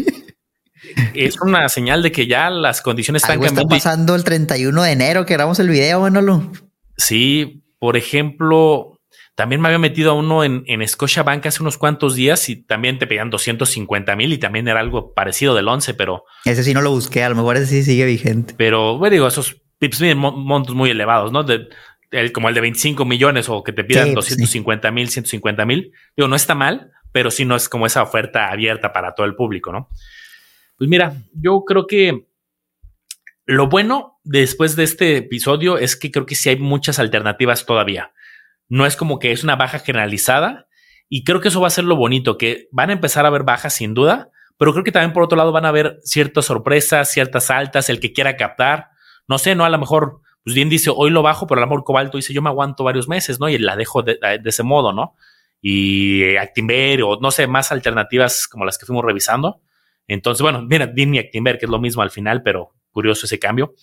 Es una señal de que ya las condiciones están cambiando. Está pasando el 31 de enero que grabamos el video, Manolo. Sí, por ejemplo, también me había metido a uno en Scotiabank hace unos cuantos días y también te pedían 250,000 y también era algo parecido del 11, pero... Ese sí no lo busqué, a lo mejor ese sí sigue vigente. Pero, bueno, digo, esos pips tienen montos muy elevados, ¿no? Como el de 25 millones o que te pidan sí, 250,000, 150,000. Digo, no está mal, pero sí no es como esa oferta abierta para todo el público, ¿no? Pues mira, yo creo que lo bueno después de este episodio es que creo que sí hay muchas alternativas todavía. No es como que es una baja generalizada y creo que eso va a ser lo bonito, que van a empezar a haber bajas sin duda, pero creo que también por otro lado van a haber ciertas sorpresas, ciertas altas, el que quiera captar. No sé, ¿no? A lo mejor, pues bien dice, hoy lo bajo, pero a lo mejor Cobalto dice, yo me aguanto varios meses, ¿no? Y la dejo de ese modo, ¿no? Y Actinver o no sé, más alternativas como las que fuimos revisando. Entonces, bueno, mira, DIN y Actinver, que es lo mismo al final, pero curioso ese cambio.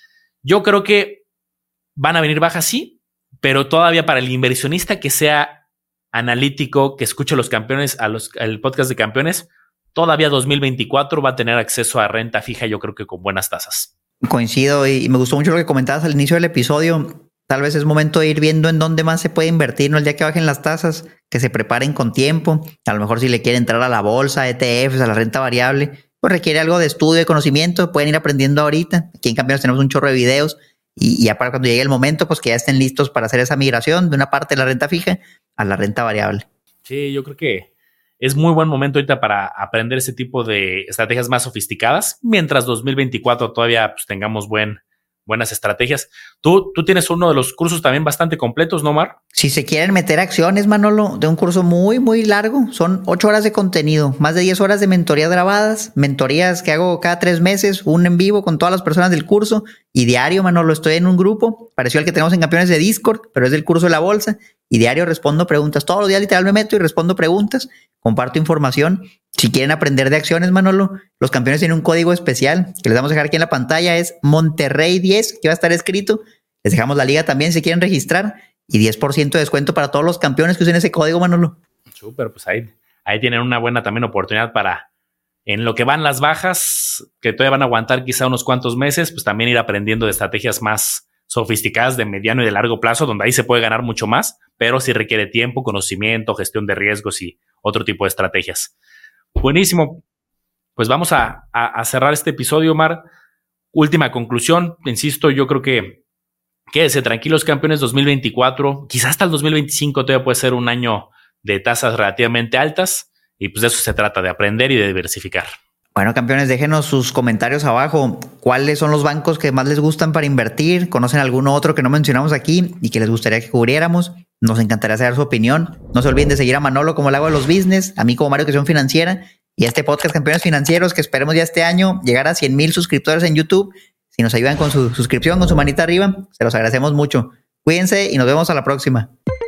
Yo creo que van a venir bajas, sí, pero todavía para el inversionista que sea analítico, que escuche los campeones, el podcast de campeones, todavía 2024 va a tener acceso a renta fija, yo creo que con buenas tasas. Coincido y me gustó mucho lo que comentabas al inicio del episodio. Tal vez es momento de ir viendo en dónde más se puede invertir, ¿no? El día que bajen las tasas, que se preparen con tiempo. A lo mejor si le quieren entrar a la bolsa, ETFs, a la renta variable, pues requiere algo de estudio, de conocimiento. Pueden ir aprendiendo ahorita. Aquí en Campeones tenemos un chorro de videos y ya para cuando llegue el momento, pues que ya estén listos para hacer esa migración de una parte de la renta fija a la renta variable. Sí, yo creo que es muy buen momento ahorita para aprender ese tipo de estrategias más sofisticadas, mientras 2024 todavía pues, tengamos buenas estrategias. Tú tienes uno de los cursos también bastante completos, ¿no, Mar? Si se quieren meter acciones, Manolo, de un curso muy, muy largo, son 8 horas de contenido, más de 10 horas de mentorías grabadas, mentorías que hago cada 3 meses, un en vivo con todas las personas del curso y diario, Manolo, estoy en un grupo, parecido al que tenemos en Campeones de Discord, pero es del curso de la bolsa y diario respondo preguntas. Todos los días literal me meto y respondo preguntas, comparto información. Si quieren aprender de acciones, Manolo, los campeones tienen un código especial que les vamos a dejar aquí en la pantalla, es Monterrey10, que va a estar escrito. Les dejamos la liga también si quieren registrar y 10% de descuento para todos los campeones que usen ese código, Manolo. Súper, pues ahí tienen una buena también oportunidad para, en lo que van las bajas, que todavía van a aguantar quizá unos cuantos meses, pues también ir aprendiendo de estrategias más sofisticadas de mediano y de largo plazo, donde ahí se puede ganar mucho más, pero sí requiere tiempo, conocimiento, gestión de riesgos y otro tipo de estrategias. Buenísimo. Pues vamos a cerrar este episodio, Omar. Última conclusión. Insisto, yo creo que quédense tranquilos, campeones. 2024, quizás hasta el 2025 todavía puede ser un año de tasas relativamente altas y pues de eso se trata, de aprender y de diversificar. Bueno, campeones, déjenos sus comentarios abajo. ¿Cuáles son los bancos que más les gustan para invertir? ¿Conocen alguno otro que no mencionamos aquí y que les gustaría que cubriéramos? Nos encantaría saber su opinión. No se olviden de seguir a Manolo como el agua de los business, a mí como Mario Educación Financiera y a este podcast Campeones Financieros que esperemos ya este año llegar a 100,000 suscriptores en YouTube. Si nos ayudan con su suscripción, con su manita arriba, se los agradecemos mucho. Cuídense y nos vemos a la próxima.